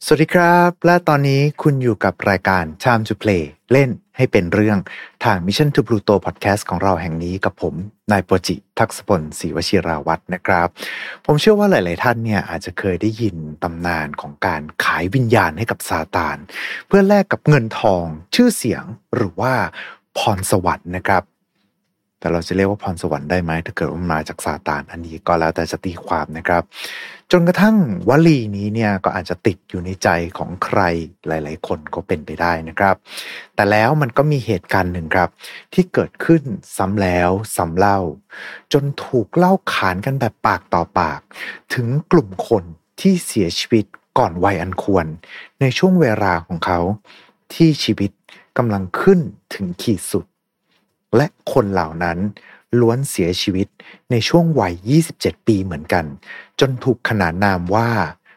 สวัสดีครับและตอนนี้คุณอยู่กับรายการ Time to Play เล่นให้เป็นเรื่องทาง Mission to Pluto Podcast ของเราแห่งนี้กับผมนายโปรจิทักษพลศรีวชิราวัฒน์นะครับผมเชื่อว่าหลายๆท่านเนี่ยอาจจะเคยได้ยินตำนานของการขายวิญญาณให้กับซาตานเพื่อแลกกับเงินทองชื่อเสียงหรือว่าพรสวรรค์นะครับแต่เราจะเรียกว่าพรสวรรค์ได้ไหมถ้าเกิดว่ามาจากซาตานอันนี้ก็แล้วแต่จะตีความนะครับจนกระทั่งวลีนี้เนี่ยก็อาจจะติดอยู่ในใจของใครหลายๆคนก็เป็นไปได้นะครับแต่แล้วมันก็มีเหตุการณ์หนึ่งครับที่เกิดขึ้นซ้ำแล้วซ้ำเล่าจนถูกเล่าขานกันแบบปากต่อปากถึงกลุ่มคนที่เสียชีวิตก่อนวัยอันควรในช่วงเวลาของเขาที่ชีวิตกำลังขึ้นถึงขีดสุดและคนเหล่านั้นล้วนเสียชีวิตในช่วงวัย27 ปีเหมือนกันจนถูกขนานนามว่า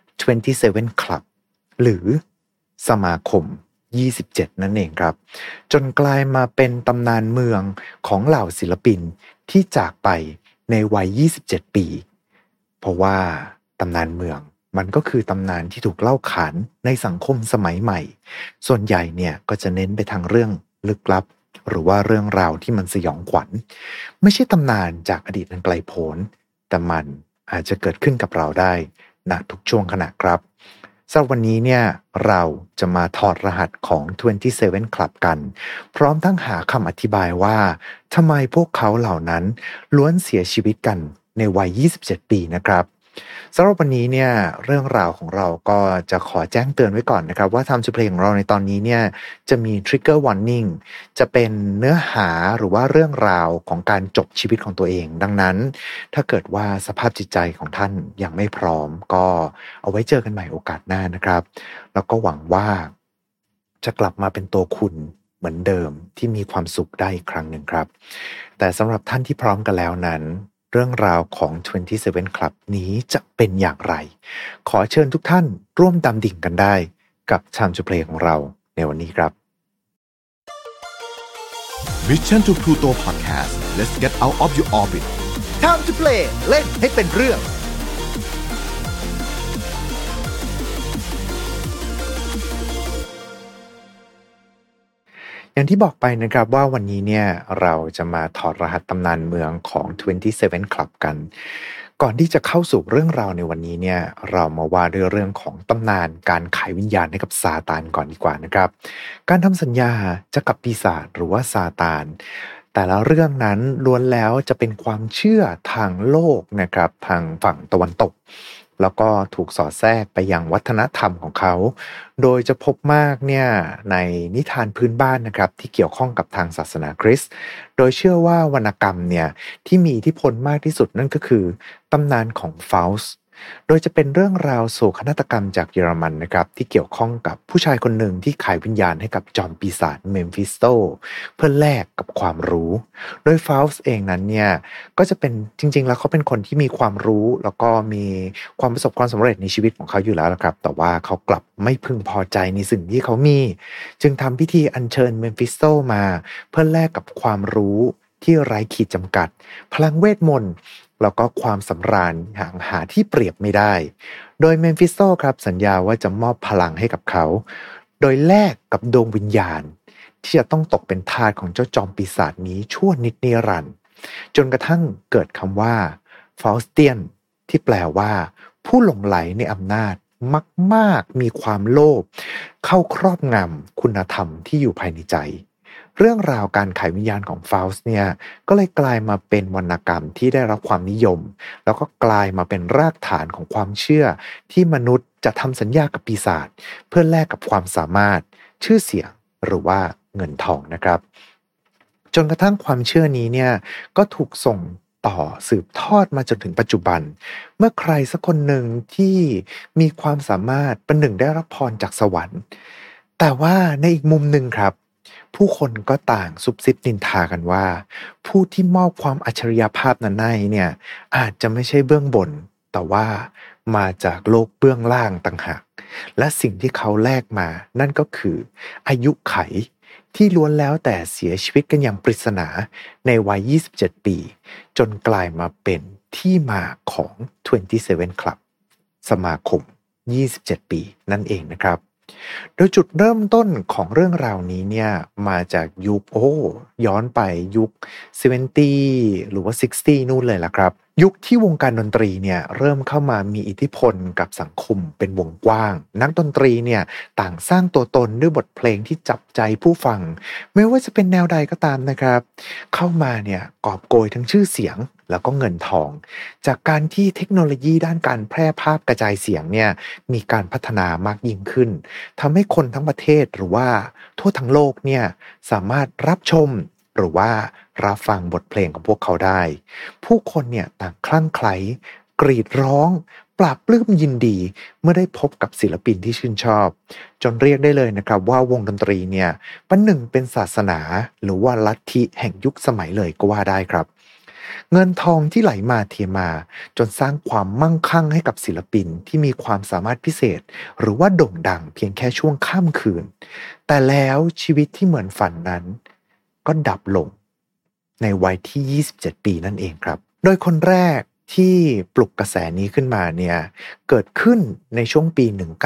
27 Club หรือสมาคม27นั่นเองครับจนกลายมาเป็นตำนานเมืองของเหล่าศิลปินที่จากไปในวัย27 ปีเพราะว่าตำนานเมืองมันก็คือตำนานที่ถูกเล่าขานในสังคมสมัยใหม่ส่วนใหญ่เนี่ยก็จะเน้นไปทางเรื่องลึกลับหรือว่าเรื่องราวที่มันสยองขวัญไม่ใช่ตำนานจากอดีตอันไกลโพ้นแต่มันอาจจะเกิดขึ้นกับเราได้ณทุกช่วงขณะครับสำหรับวันนี้เนี่ยเราจะมาถอดรหัสของ27 Club กันพร้อมทั้งหาคำอธิบายว่าทำไมพวกเขาเหล่านั้นล้วนเสียชีวิตกันในวัย27 ปีนะครับสำหรับวันนี้เนี่ยเรื่องราวของเราก็จะขอแจ้งเตือนไว้ก่อนนะครับว่า Time to Play ของเราในตอนนี้เนี่ยจะมี Trigger Warning จะเป็นเนื้อหาหรือว่าเรื่องราวของการจบชีวิตของตัวเองดังนั้นถ้าเกิดว่าสภาพจิตใจของท่านยังไม่พร้อมก็เอาไว้เจอกันใหม่โอกาสหน้านะครับแล้วก็หวังว่าจะกลับมาเป็นตัวคุณเหมือนเดิมที่มีความสุขได้อีกครั้งหนึ่งครับแต่สำหรับท่านที่พร้อมกันแล้วนั้นเรื่องราวของ27 Club นี้จะเป็นอย่างไรขอเชิญทุกท่านร่วมดำดิ่งกันได้กับ Time to Play ของเราในวันนี้ครับ Mission to Pluto Podcast Let's get out of your orbit Time to Play เล่นให้เป็นเรื่องอย่างที่บอกไปนะครับว่าวันนี้เนี่ยเราจะมาถอดรหัสตำนานเมืองของ27 Club กันก่อนที่จะเข้าสู่เรื่องราวในวันนี้เนี่ยเรามาว่าด้วยเรื่องของตำนานการขายวิญญาณให้กับซาตานก่อนดีกว่านะครับการทำสัญญาจะกับปีศาจหรือว่าซาตานแต่ละเรื่องนั้นล้วนแล้วจะเป็นความเชื่อทางโลกนะครับทางฝั่งตะวันตกแล้วก็ถูกสอดแทรกไปยังวัฒนธรรมของเขาโดยจะพบมากเนี่ยในนิทานพื้นบ้านนะครับที่เกี่ยวข้องกับทางศาสนาคริสต์โดยเชื่อว่าวรรณกรรมเนี่ยที่มีอิทธิพลมากที่สุดนั่นก็คือตำนานของฟาสต์โดยจะเป็นเรื่องราวโศกนาฏกรรมจากเยอรมันนะครับที่เกี่ยวข้องกับผู้ชายคนหนึ่งที่ขายวิญญาณให้กับจอมปีศาจเมมฟิสโตเพื่อแลกกับความรู้โดยฟาสต์เองนั้นเนี่ยก็จะเป็นจริงๆแล้วเขาเป็นคนที่มีความรู้แล้วก็มีความประสบความสำเร็จในชีวิตของเขาอยู่แล้วนะครับแต่ว่าเขากลับไม่พึงพอใจในสิ่งที่เขามีจึงทำพิธีอัญเชิญเมมฟิสโตมาเพื่อแลกกับความรู้ที่ไร้ขีดจำกัดพลังเวทมนต์แล้วก็ความสำราญอย่างหาที่เปรียบไม่ได้โดยเมมฟิสโตครับสัญญาว่าจะมอบพลังให้กับเขาโดยแลกกับดวงวิญญาณที่จะต้องตกเป็นทาสของเจ้าจอมปีศาจนี้ชั่วนิรันดร์จนกระทั่งเกิดคำว่าฟาสเตียนที่แปลว่าผู้หลงไหลในอำนาจมากๆมีความโลภเข้าครอบงำคุณธรรมที่อยู่ภายในใจเรื่องราวการขายวิญญาณของฟาสต์เนี่ยก็เลยกลายมาเป็นวรรณกรรมที่ได้รับความนิยมแล้วก็กลายมาเป็นรากฐานของความเชื่อที่มนุษย์จะทำสัญญากับปีศาจเพื่อแลกกับความสามารถชื่อเสียงหรือว่าเงินทองนะครับจนกระทั่งความเชื่อนี้เนี่ยก็ถูกส่งต่อสืบทอดมาจนถึงปัจจุบันเมื่อใครสักคนหนึ่งที่มีความสามารถเป็นหนึ่งได้รับพรจากสวรรค์แต่ว่าในอีกมุมหนึ่งครับผู้คนก็ต่างซุบซิบนินทากันว่าผู้ที่มอบความอัจฉริยภาพนั้นให้เนี่ยอาจจะไม่ใช่เบื้องบนแต่ว่ามาจากโลกเบื้องล่างต่างหากและสิ่งที่เขาแลกมานั่นก็คืออายุไขที่ล้วนแล้วแต่เสียชีวิตกันอย่างปริศนาในวัย27 ปีจนกลายมาเป็นที่มาของ27 Club สมาคม 27 ปีนั่นเองนะครับโดยจุดเริ่มต้นของเรื่องราวนี้เนี่ยมาจากยุคย้อนไปยุค70หรือว่า60นู่นเลยล่ะครับยุคที่วงการดนตรีเนี่ยเริ่มเข้ามามีอิทธิพลกับสังคมเป็นวงกว้างนักดนตรีเนี่ยต่างสร้างตัวตนด้วยบทเพลงที่จับใจผู้ฟังไม่ว่าจะเป็นแนวใดก็ตามนะครับเข้ามาเนี่ยกอบโกยทั้งชื่อเสียงแล้วก็เงินทองจากการที่เทคโนโลยีด้านการแพร่ภาพกระจายเสียงเนี่ยมีการพัฒนามากยิ่งขึ้นทำให้คนทั้งประเทศหรือว่าทั่วทั้งโลกเนี่ยสามารถรับชมหรือว่ารับฟังบทเพลงของพวกเขาได้ผู้คนเนี่ยต่างคลั่งไคล้กรีดร้องปลาบปลื้มยินดีเมื่อได้พบกับศิลปินที่ชื่นชอบจนเรียกได้เลยนะครับว่าวงดนตรีเนี่ยประหนึ่งเป็นศาสนาหรือว่าลัทธิแห่งยุคสมัยเลยก็ว่าได้ครับเงินทองที่ไหลมาเทมาจนสร้างความมั่งคั่งให้กับศิลปินที่มีความสามารถพิเศษหรือว่าโด่งดังเพียงแค่ช่วงค่ำคืนแต่แล้วชีวิตที่เหมือนฝันนั้นก็ดับลงในวัยที่27ปีนั่นเองครับโดยคนแรกที่ปลุกกระแสนี้ขึ้นมาเนี่ยเกิดขึ้นในช่วงปี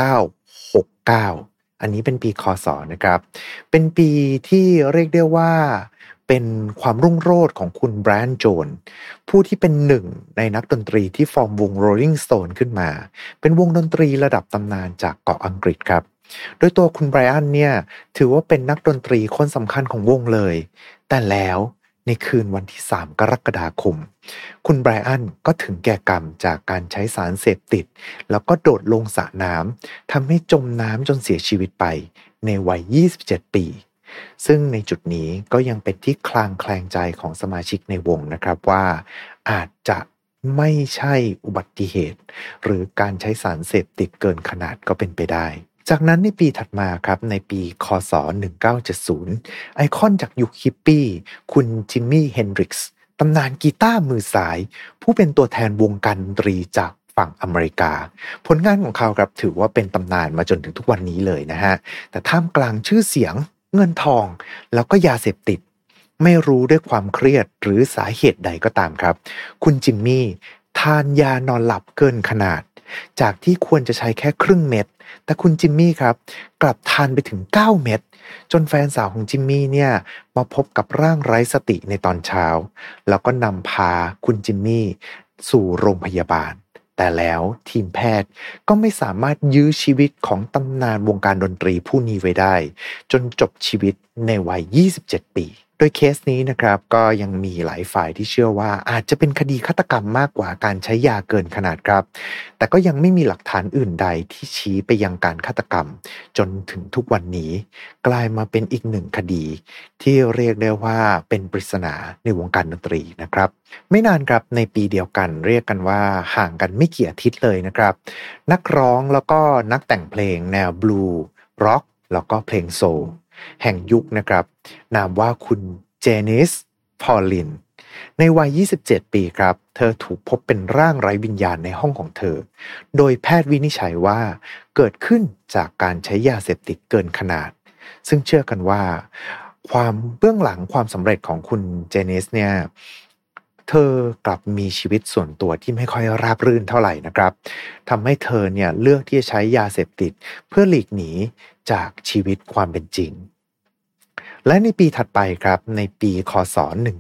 1969อันนี้เป็นปีคศนะครับเป็นปีที่เรียกได้ว่าเป็นความรุ่งโรจน์ของคุณไบรอันโจนส์ผู้ที่เป็นหนึ่งในนักดนตรีที่ฟอร์มวง Rolling Stone ขึ้นมาเป็นวงดนตรีระดับตำนานจากเกาะอังกฤษครับโดยตัวคุณไบรอันเนี่ยถือว่าเป็นนักดนตรีคนสำคัญของวงเลยแต่แล้วในคืนวันที่3กรกฎาคมคุณไบรอันก็ถึงแก่กรรมจากการใช้สารเสพติดแล้วก็โดดลงสระน้ำทำให้จมน้ำจนเสียชีวิตไปในวัย27ปีซึ่งในจุดนี้ก็ยังเป็นที่คลางแคลงใจของสมาชิกในวงนะครับว่าอาจจะไม่ใช่อุบัติเหตุหรือการใช้สารเสพติดเกินขนาดก็เป็นไปได้จากนั้นในปีถัดมาครับในปีคศ1970ไอคอนจากยุคฮิปปี้คุณจิมมี่เฮนดริกส์ตำนานกีตาร์มือซ้ายผู้เป็นตัวแทนวงการดนตรีจากฝั่งอเมริกาผลงานของเขาครับถือว่าเป็นตำนานมาจนถึงทุกวันนี้เลยนะฮะแต่ท่ามกลางชื่อเสียงเงินทองแล้วก็ยาเสพติดไม่รู้ด้วยความเครียดหรือสาเหตุใดก็ตามครับคุณจิมมี่ทานยานอนหลับเกินขนาดจากที่ควรจะใช้แค่ครึ่งเม็ดแต่คุณจิมมี่ครับกลับทานไปถึง9เม็ดจนแฟนสาวของจิมมี่เนี่ยมาพบกับร่างไร้สติในตอนเช้าแล้วก็นำพาคุณจิมมี่สู่โรงพยาบาลแต่แล้วทีมแพทย์ก็ไม่สามารถยื้อชีวิตของตำนานวงการดนตรีผู้นี้ไว้ได้จนจบชีวิตในวัย27ปีโดยเคสนี้นะครับก็ยังมีหลายฝ่ายที่เชื่อว่าอาจจะเป็นคดีฆาตกรรมมากกว่าการใช้ยาเกินขนาดครับแต่ก็ยังไม่มีหลักฐานอื่นใดที่ชี้ไปยังการฆาตกรรมจนถึงทุกวันนี้กลายมาเป็นอีกหนึ่งคดีที่เรียกได้ว่าเป็นปริศนาในวงการดนตรีนะครับไม่นานครับในปีเดียวกันเรียกกันว่าห่างกันไม่กี่อาทิตย์เลยนะครับนักร้องแล้วก็นักแต่งเพลงแนวบลูร็อกแล้วก็เพลงโซลแห่งยุคนะครับนามว่าคุณเจนิสพอลลินในวัย27ปีครับเธอถูกพบเป็นร่างไร้วิญญาณในห้องของเธอโดยแพทย์วินิจฉัยว่าเกิดขึ้นจากการใช้ยาเสพติดเกินขนาดซึ่งเชื่อกันว่าความเบื้องหลังความสำเร็จของคุณเจนิสเนี่ยเธอกลับมีชีวิตส่วนตัวที่ไม่ค่อยราบรื่นเท่าไหร่นะครับทำให้เธอเนี่ยเลือกที่จะใช้ยาเสพติดเพื่อหลีกหนีจากชีวิตความเป็นจริงและในปีถัดไปครับในปีคศ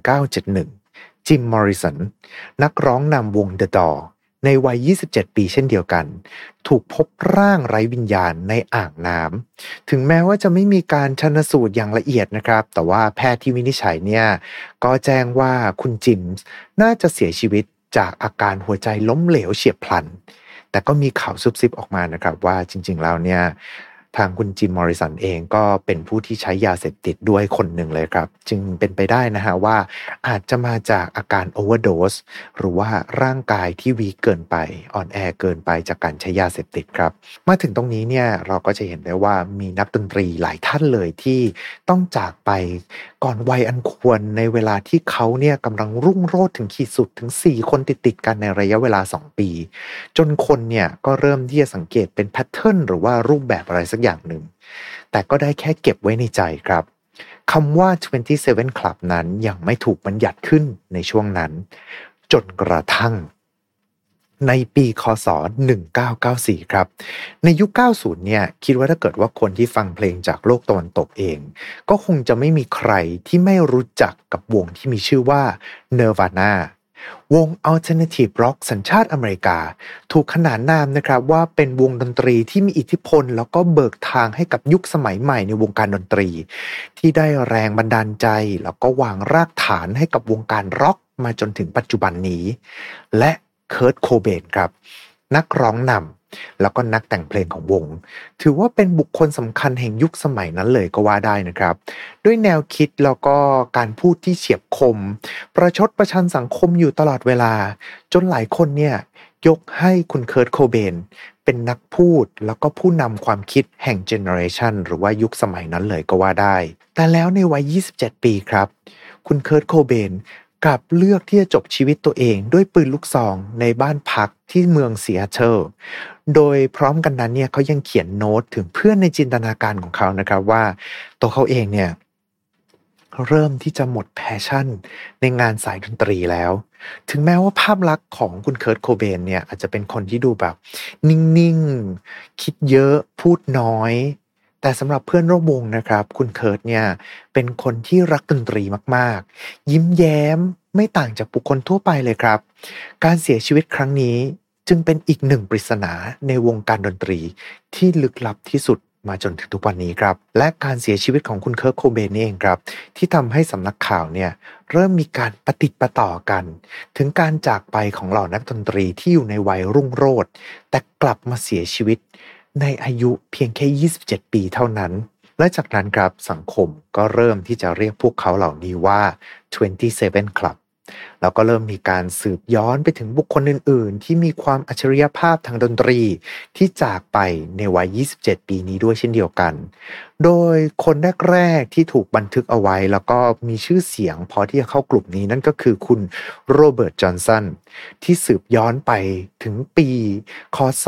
1971จิมมอริสันนักร้องนำวง The Doors ในวัย27ปีเช่นเดียวกันถูกพบร่างไร้วิญญาณในอ่างน้ำถึงแม้ว่าจะไม่มีการชันสูตรอย่างละเอียดนะครับแต่ว่าแพทย์ที่วินิจฉัยเนี่ยก็แจ้งว่าคุณจิมส์น่าจะเสียชีวิตจากอาการหัวใจล้มเหลวเฉียบพลันแต่ก็มีข่าวซุบซิบออกมานะครับว่าจริงๆแล้วเนี่ยทางคุณจิมมอริสันเองก็เป็นผู้ที่ใช้ยาเสพติดด้วยคนหนึ่งเลยครับจึงเป็นไปได้นะฮะว่าอาจจะมาจากอาการโอเวอร์โดสหรือว่าร่างกายที่วีคเกินไปอ่อนแอเกินไปจากการใช้ยาเสพติดครับมาถึงตรงนี้เนี่ยเราก็จะเห็นได้ว่ามีนักดนตรีหลายท่านเลยที่ต้องจากไปก่อนวัยอันควรในเวลาที่เขาเนี่ยกำลังรุ่งโรจน์ถึงขีดสุดถึง4คนติดๆกันในระยะเวลา2ปีจนคนเนี่ยก็เริ่มที่จะสังเกตเป็นแพทเทิร์นหรือว่ารูปแบบอะไรสักอย่างหนึ่งแต่ก็ได้แค่เก็บไว้ในใจครับคำว่า27 Club นั้นยังไม่ถูกบัญญัติขึ้นในช่วงนั้นจนกระทั่งในปีคศ1994ครับในยุค90เนี่ยคิดว่าถ้าเกิดว่าคนที่ฟังเพลงจากโลกตะวันตกเองก็คงจะไม่มีใครที่ไม่รู้จักกับวงที่มีชื่อว่า Nirvana วง Alternative Rock สัญชาติอเมริกาถูกขนานนามนะครับว่าเป็นวงดนตรีที่มีอิทธิพลแล้วก็เบิกทางให้กับยุคสมัยใหม่ในวงการดนตรีที่ได้แรงบันดาลใจแล้วก็วางรากฐานให้กับวงการร็อกมาจนถึงปัจจุบันนี้และเคิร์ท โคเบนครับนักร้องนำแล้วก็นักแต่งเพลงของวงถือว่าเป็นบุคคลสำคัญแห่งยุคสมัยนั้นเลยก็ว่าได้นะครับด้วยแนวคิดแล้วก็การพูดที่เฉียบคมประชดประชันสังคมอยู่ตลอดเวลาจนหลายคนเนี่ยยกให้คุณเคิร์ท โคเบนเป็นนักพูดแล้วก็ผู้นำความคิดแห่งเจเนอเรชันหรือว่ายุคสมัยนั้นเลยก็ว่าได้แต่แล้วในวัย27ปีครับคุณเคิร์ท โคเบนกลับเลือกที่จะจบชีวิตตัวเองด้วยปืนลูกซองในบ้านพักที่เมืองซีแอตเทิลโดยพร้อมกันนั้นเนี่ยเขายังเขียนโน้ตถึงเพื่อนในจินตนาการของเขานะครับว่าตัวเขาเองเนี่ยเริ่มที่จะหมดแพชชั่นในงานสายดนตรีแล้วถึงแม้ว่าภาพลักษณ์ของคุณเคิร์ท โคเบนเนี่ยอาจจะเป็นคนที่ดูแบบนิ่งๆคิดเยอะพูดน้อยแต่สำหรับเพื่อนร่วมวงนะครับคุณเคิร์ทเนี่ยเป็นคนที่รักดนตรีมากๆยิ้มแย้มไม่ต่างจากบุคคลทั่วไปเลยครับการเสียชีวิตครั้งนี้จึงเป็นอีกหนึ่งปริศนาในวงการดนตรีที่ลึกลับที่สุดมาจนถึงทุกวันนี้ครับและการเสียชีวิตของคุณเคิร์ท โคเบนนี่เองครับที่ทำให้สำนักข่าวเนี่ยเริ่มมีการปะติดปะต่อกันถึงการจากไปของเหล่านักดนตรีที่อยู่ในวัยรุ่งโรจน์แต่กลับมาเสียชีวิตในอายุเพียงแค่27ปีเท่านั้นและจากนั้นครับสังคมก็เริ่มที่จะเรียกพวกเขาเหล่านี้ว่า27 Club แล้วก็เริ่มมีการสืบย้อนไปถึงบุคคลอื่นๆที่มีความอัจฉริยภาพทางดนตรีที่จากไปในวัย27ปีนี้ด้วยเช่นเดียวกันโดยคนแรกๆที่ถูกบันทึกเอาไว้แล้วก็มีชื่อเสียงพอที่จะเข้ากลุ่มนี้นั่นก็คือคุณโรเบิร์ต จอห์นสันที่สืบย้อนไปถึงปีคศ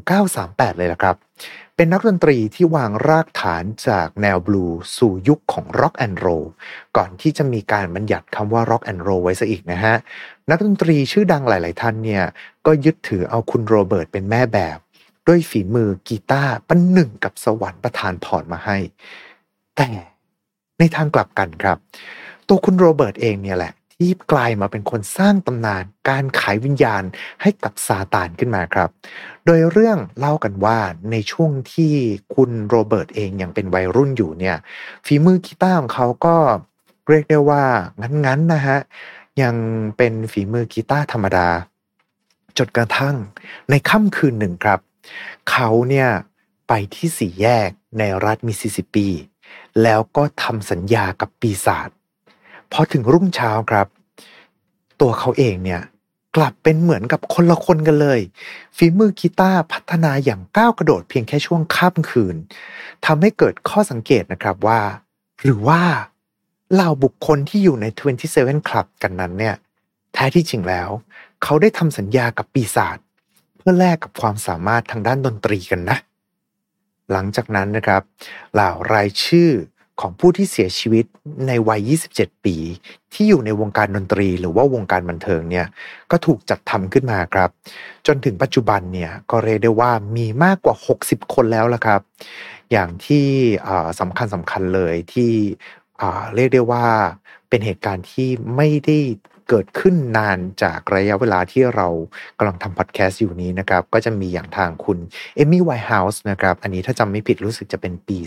1938เลยล่ะครับเป็นนักดนตรีที่วางรากฐานจากแนวบลูสู่ยุคของร็อกแอนด์โรลก่อนที่จะมีการบัญญัติคำว่าร็อกแอนด์โรลไว้ซะอีกนะฮะนักดนตรีชื่อดังหลายๆท่านเนี่ยก็ยึดถือเอาคุณโรเบิร์ตเป็นแม่แบบด้วยฝีมือกีตาร์ประหนึ่งกับสวรรค์ประทานพรมาให้แต่ในทางกลับกันครับตัวคุณโรเบิร์ตเองเนี่ยแหละที่กลายมาเป็นคนสร้างตำนานการขายวิญญาณให้กับซาตานขึ้นมาครับโดยเรื่องเล่ากันว่าในช่วงที่คุณโรเบิร์ตเองยังเป็นวัยรุ่นอยู่เนี่ยฝีมือกีตาร์ของเขาก็เรียกได้ว่างั้นๆนะฮะยังเป็นฝีมือกีตาร์ธรรมดาจนกระทั่งในค่ำคืนหนึ่งครับเขาเนี่ยไปที่สี่แยกในรัฐมิสซิสซิปปีแล้วก็ทำสัญญากับปีศาจพอถึงรุ่งเช้าครับตัวเขาเองเนี่ยกลับเป็นเหมือนกับคนละคนกันเลยฝีมือกีตาร์พัฒนาอย่างก้าวกระโดดเพียงแค่ช่วงค่ำคืนทำให้เกิดข้อสังเกตนะครับว่าหรือว่าเหล่าบุคคลที่อยู่ใน27 Club กันนั้นเนี่ยแท้ที่จริงแล้วเขาได้ทำสัญญากับปีศาจเพื่อแลกกับความสามารถทางด้านดนตรีกันนะหลังจากนั้นนะครับเหล่ารายชื่อของผู้ที่เสียชีวิตในวัย27ปีที่อยู่ในวงการดนตรีหรือว่าวงการบันเทิงเนี่ยก็ถูกจัดทำขึ้นมาครับจนถึงปัจจุบันเนี่ยก็เรียกได้ว่ามีมากกว่า60คนแล้วละครับอย่างที่สำคัญเลยที่เรียกได้ว่าเป็นเหตุการณ์ที่ไม่ได้เกิดขึ้นนานจากระยะเวลาที่เรากำลังทำพอดแคสต์อยู่นี้นะครับก็จะมีอย่างทางคุณเอมี่ ไวท์เฮาส์นะครับอันนี้ถ้าจำไม่ผิดรู้สึกจะเป็นปี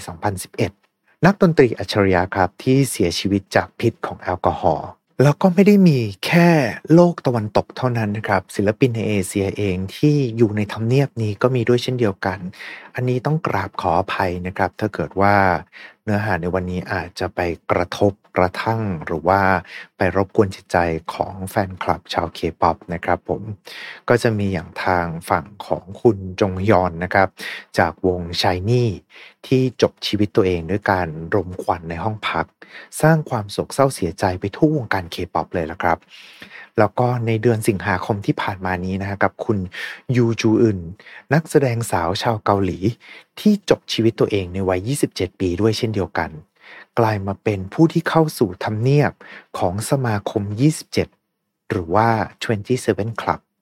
2011นักดนตรีอัจฉริยะครับที่เสียชีวิตจากพิษของแอลกอฮอล์แล้วก็ไม่ได้มีแค่โลกตะวันตกเท่านั้นนะครับศิลปินในเอเชียเองที่อยู่ในทำเนียบนี้ก็มีด้วยเช่นเดียวกันอันนี้ต้องกราบขออภัยนะครับถ้าเกิดว่าเนื้อหาในวันนี้อาจจะไปกระทบกระทั่งหรือว่าไปรบกวนจิตใจของแฟนคลับชาว K-POP นะครับผมก็จะมีอย่างทางฝั่งของคุณจงยอนนะครับจากวง SHINee ที่จบชีวิตตัวเองด้วยการรมควันในห้องพักสร้างความโศกเศร้าเสียใจไปทั่ววงการ K-POP เลยละครับแล้วก็ในเดือนสิงหาคมที่ผ่านมานี้นะกับคุณยูจูอึนนักแสดงสาวชาวเกาหลีที่จบชีวิตตัวเองในวัย27ปีด้วยเช่นเดียวกันกลายมาเป็นผู้ที่เข้าสู่ทำเนียบของสมาคม27หรือว่า27 Club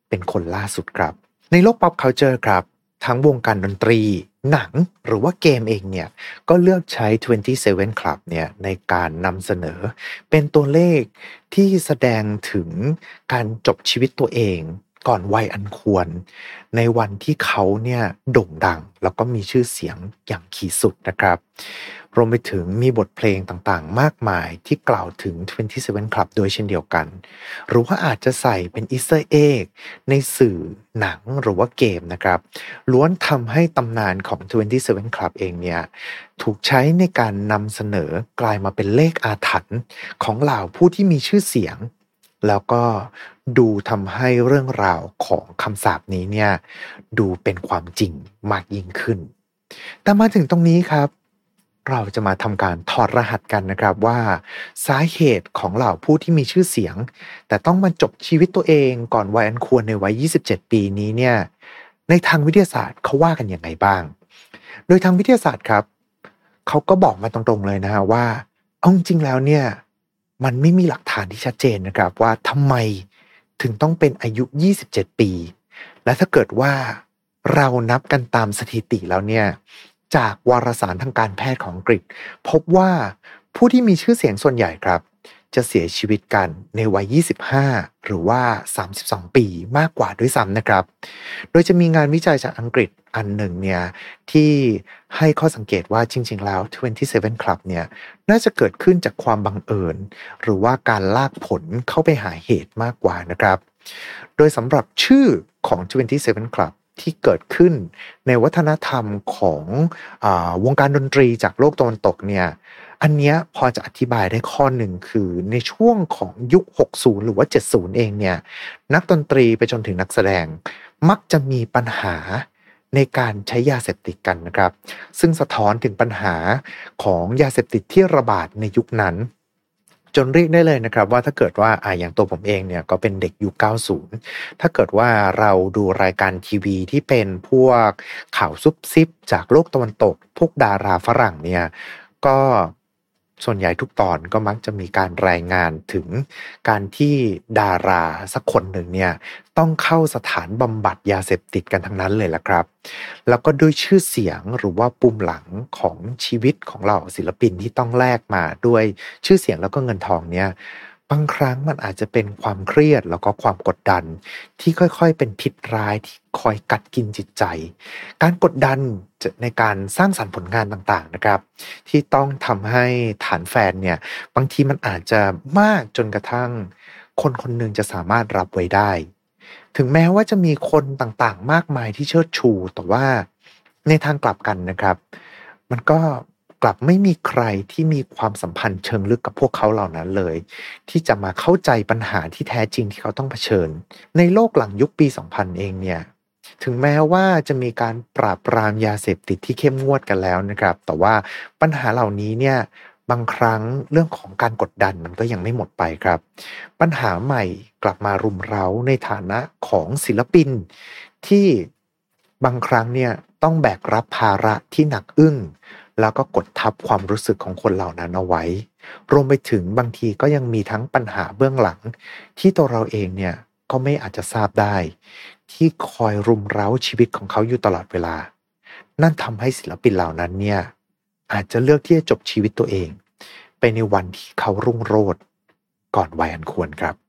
เป็นคนล่าสุดครับในโลก pop culture ครับทั้งวงการดนตรีหนังหรือว่าเกมเองเนี่ยก็เลือกใช้27 Club เนี่ยในการนำเสนอเป็นตัวเลขที่แสดงถึงการจบชีวิตตัวเองก่อนวัยอันควรในวันที่เขาเนี่ยโด่งดังแล้วก็มีชื่อเสียงอย่างขีดสุดนะครับรวมไปถึงมีบทเพลงต่างๆมากมายที่กล่าวถึง27 Club โดยเช่นเดียวกันหรือว่าอาจจะใส่เป็นอีสเตอร์เอ็กในสื่อหนังหรือว่าเกมนะครับล้วนทำให้ตำนานของ27 Club เองเนี่ยถูกใช้ในการนำเสนอกลายมาเป็นเลขอาถรรพ์ของเหล่าผู้ที่มีชื่อเสียงแล้วก็ดูทำให้เรื่องราวของคำสาปนี้เนี่ยดูเป็นความจริงมากยิ่งขึ้นแต่มาถึงตรงนี้ครับเราจะมาทำการถอดรหัสกันนะครับว่าสาเหตุของเหล่าผู้ที่มีชื่อเสียงแต่ต้องมาจบชีวิตตัวเองก่อนวัยอันควรในวัย27 ปีนี้เนี่ยในทางวิทยาศาสตร์เขาว่ากันยังไงบ้างโดยทางวิทยาศาสตร์ครับเขาก็บอกมาตรงๆเลยนะฮะว่าเอาจริงๆแล้วเนี่ยมันไม่มีหลักฐานที่ชัดเจนนะครับว่าทำไมถึงต้องเป็นอายุ27 ปีและถ้าเกิดว่าเรานับกันตามสถิติแล้วเนี่ยจากวารสารทางการแพทย์ของอังกฤษพบว่าผู้ที่มีชื่อเสียงส่วนใหญ่ครับจะเสียชีวิตกันในวัย25หรือว่า32ปีมากกว่าด้วยซ้ำนะครับโดยจะมีงานวิจัยจากอังกฤษอันหนึ่งเนี่ยที่ให้ข้อสังเกตว่าจริงๆแล้ว27 Club เนี่ยน่าจะเกิดขึ้นจากความบังเอิญหรือว่าการลากผลเข้าไปหาเหตุมากกว่านะครับโดยสำหรับชื่อของ27 Clubที่เกิดขึ้นในวัฒนธรรมของวงการดนตรีจากโลกตะวันตกเนี่ยอันเนี้ยพอจะอธิบายได้ข้อหนึ่งคือในช่วงของยุค60หรือว่า70เองเนี่ยนักดนตรีไปจนถึงนักแสดงมักจะมีปัญหาในการใช้ยาเสพติดกันนะครับซึ่งสะท้อนถึงปัญหาของยาเสพติดที่ระบาดในยุคนั้นจนเรียกได้เลยนะครับว่าถ้าเกิดว่าอย่างตัวผมเองเนี่ยก็เป็นเด็กยุค90ถ้าเกิดว่าเราดูรายการทีวีที่เป็นพวกข่าวซุบซิบจากโลกตะวันตกพวกดาราฝรั่งเนี่ยก็ส่วนใหญ่ทุกตอนก็มักจะมีการรายงานถึงการที่ดาราสักคนหนึ่งเนี่ยต้องเข้าสถานบำบัดยาเสพติดกันทั้งนั้นเลยล่ะครับแล้วก็ด้วยชื่อเสียงหรือว่าปุ่มหลังของชีวิตของเหล่าศิลปินที่ต้องแลกมาด้วยชื่อเสียงแล้วก็เงินทองเนี่ยบางครั้งมันอาจจะเป็นความเครียดแล้วก็ความกดดันที่ค่อยๆเป็นพิษร้ายที่คอยกัดกินจิตใจการกดดันในการสร้างสรรค์ผลงานต่างๆนะครับที่ต้องทำให้ฐานแฟนเนี่ยบางทีมันอาจจะมากจนกระทั่งคนคนหนึ่งจะสามารถรับไว้ได้ถึงแม้ว่าจะมีคนต่างๆมากมายที่เชิดชูแต่ว่าในทางกลับกันนะครับมันก็กลับไม่มีใครที่มีความสัมพันธ์เชิงลึกกับพวกเขาเหล่านั้นเลยที่จะมาเข้าใจปัญหาที่แท้จริงที่เขาต้องเผชิญในโลกหลังยุคปี 2000 เองเนี่ยถึงแม้ว่าจะมีการปราบปรามยาเสพติดที่เข้มงวดกันแล้วนะครับแต่ว่าปัญหาเหล่านี้เนี่ยบางครั้งเรื่องของการกดดันมันก็ยังไม่หมดไปครับปัญหาใหม่กลับมารุมเร้าในฐานะของศิลปินที่บางครั้งเนี่ยต้องแบกรับภาระที่หนักอึ้งแล้วก็กดทับความรู้สึกของคนเหล่านั้นเอาไว้รวมไปถึงบางทีก็ยังมีทั้งปัญหาเบื้องหลังที่ตัวเราเองเนี่ยก็ไม่อาจจะทราบได้ที่คอยรุมเร้าชีวิตของเขาอยู่ตลอดเวลานั่นทำให้ศิลปินเหล่านั้นเนี่ยอาจจะเลือกที่จะจบชีวิตตัวเองไปในวันที่เขารุ่งโรจน์ก่อนวัยอันควรครับ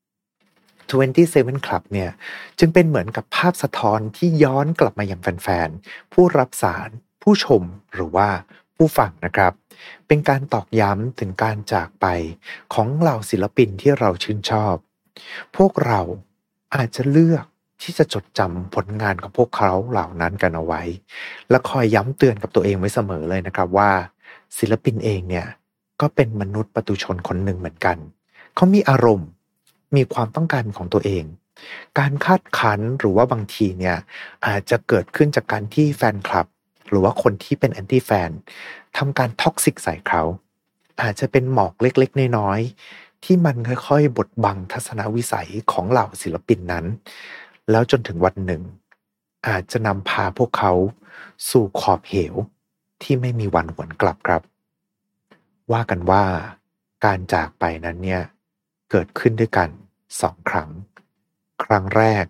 27 Club เนี่ยจึงเป็นเหมือนกับภาพสะท้อนที่ย้อนกลับมายังแฟนๆผู้รับสารผู้ชมหรือว่าผู้ฟังนะครับเป็นการตอกย้ำถึงการจากไปของเหล่าศิลปินที่เราชื่นชอบพวกเราอาจจะเลือกที่จะจดจำผลงานของพวกเขาเหล่านั้นกันเอาไว้และคอยย้ำเตือนกับตัวเองไว้เสมอเลยนะครับว่าศิลปินเองเนี่ยก็เป็นมนุษย์ปุถุชนคนหนึ่งเหมือนกันเขามีอารมณ์มีความต้องการของตัวเองการคาดคั้นหรือว่าบางทีเนี่ยอาจจะเกิดขึ้นจากการที่แฟนคลับหรือว่าคนที่เป็นแอนตี้แฟนทำการท็อกซิกใส่เขาอาจจะเป็นหมอกเล็กๆน้อยๆที่มันค่อยๆบดบังทัศนวิสัยของเหล่าศิลปินนั้นแล้วจนถึงวันหนึ่งอาจจะนำพาพวกเขาสู่ขอบเหวที่ไม่มีวันหวนกลับครับว่ากันว่าการจากไปนั้นเนี่ยเกิดขึ้นด้วยกัน2 ครั้งครั้งแรก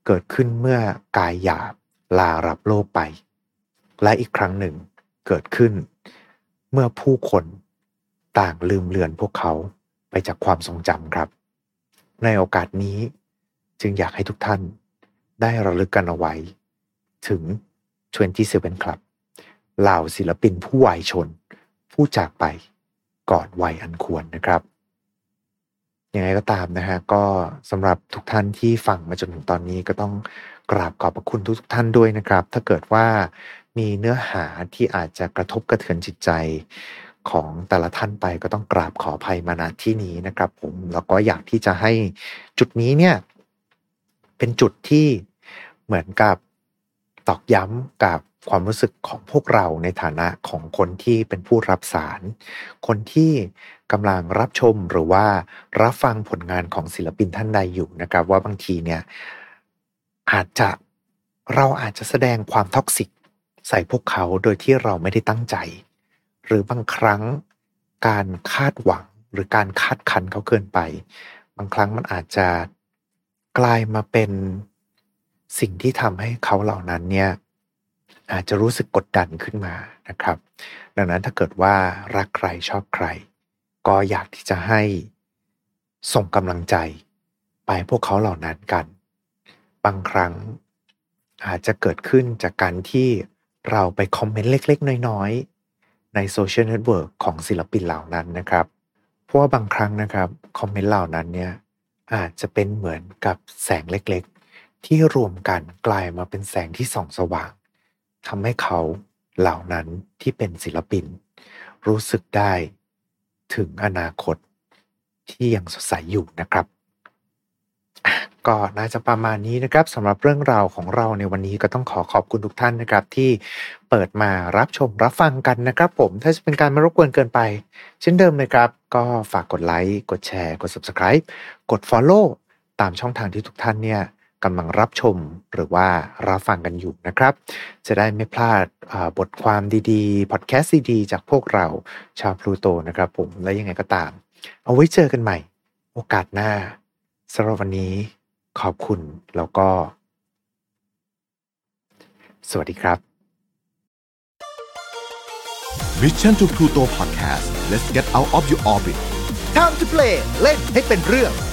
เกิดขึ้นเมื่อกายหยาบลารับโลกไปและอีกครั้งหนึ่งเกิดขึ้นเมื่อผู้คนต่างลืมเลือนพวกเขาไปจากความทรงจำครับในโอกาสนี้จึงอยากให้ทุกท่านได้ระลึกกันเอาไว้ถึง27 Club เหล่าศิลปินผู้วายชนผู้จากไปก่อนวัยอันควรนะครับยังไงก็ตามนะฮะก็สำหรับทุกท่านที่ฟังมาจนถึงตอนนี้ก็ต้องกราบขอบพระคุณทุกท่านด้วยนะครับถ้าเกิดว่ามีเนื้อหาที่อาจจะกระทบกระเทือนจิตใจของแต่ละท่านไปก็ต้องกราบขออภัยมาณที่นี้นะครับผมแล้วก็อยากที่จะให้จุดนี้เนี่ยเป็นจุดที่เหมือนกับตอกย้ำกับความรู้สึกของพวกเราในฐานะของคนที่เป็นผู้รับสารคนที่กำลังรับชมหรือว่ารับฟังผลงานของศิลปินท่านใดอยู่นะครับว่าบางทีเนี่ยเราอาจจะแสดงความท็อกซิกใส่พวกเขาโดยที่เราไม่ได้ตั้งใจหรือบางครั้งการคาดหวังหรือการคาดคั้นเขาเกินไปบางครั้งมันอาจจะกลายมาเป็นสิ่งที่ทำให้เขาเหล่านั้นเนี่ยอาจจะรู้สึกกดดันขึ้นมานะครับดังนั้นถ้าเกิดว่ารักใครชอบใครก็อยากที่จะให้ส่งกำลังใจไปพวกเขาเหล่านั้นกันบางครั้งอาจจะเกิดขึ้นจากการที่เราไปคอมเมนต์เล็กๆน้อยๆในโซเชียลเน็ตเวิร์กของศิลปินเหล่านั้นนะครับเพราะว่าบางครั้งนะครับคอมเมนต์เหล่านั้นเนี่ยอาจจะเป็นเหมือนกับแสงเล็กๆที่รวมกันกลายมาเป็นแสงที่ส่องสว่างทำให้เขาเหล่านั้นที่เป็นศิลปินรู้สึกได้ถึงอนาคตที่ยังสดใสอยู่นะครับก็น่าจะประมาณนี้นะครับสำหรับเรื่องราวของเราในวันนี้ก็ต้องขอบคุณทุกท่านนะครับที่เปิดมารับชมรับฟังกันนะครับผมถ้าจะเป็นการไม่รบกวนเกินไปเช่นเดิมเลยครับก็ฝากกดไลค์กดแชร์กด Subscribe กด Follow ตามช่องทางที่ทุกท่านเนี่ยกำลังรับชมหรือว่ารับฟังกันอยู่นะครับจะได้ไม่พลาดบทความดีๆพอดแคสต์ดีๆจากพวกเราชาวพลูโตนะครับผมและยังไงก็ตามเอาไว้เจอกันใหม่โอกาสหน้าสำหรับวันนี้ขอบคุณแล้วก็สวัสดีครับ Mission to Pluto Podcast Let's get out of your orbit Time to play เล่นให้เป็นเรื่อง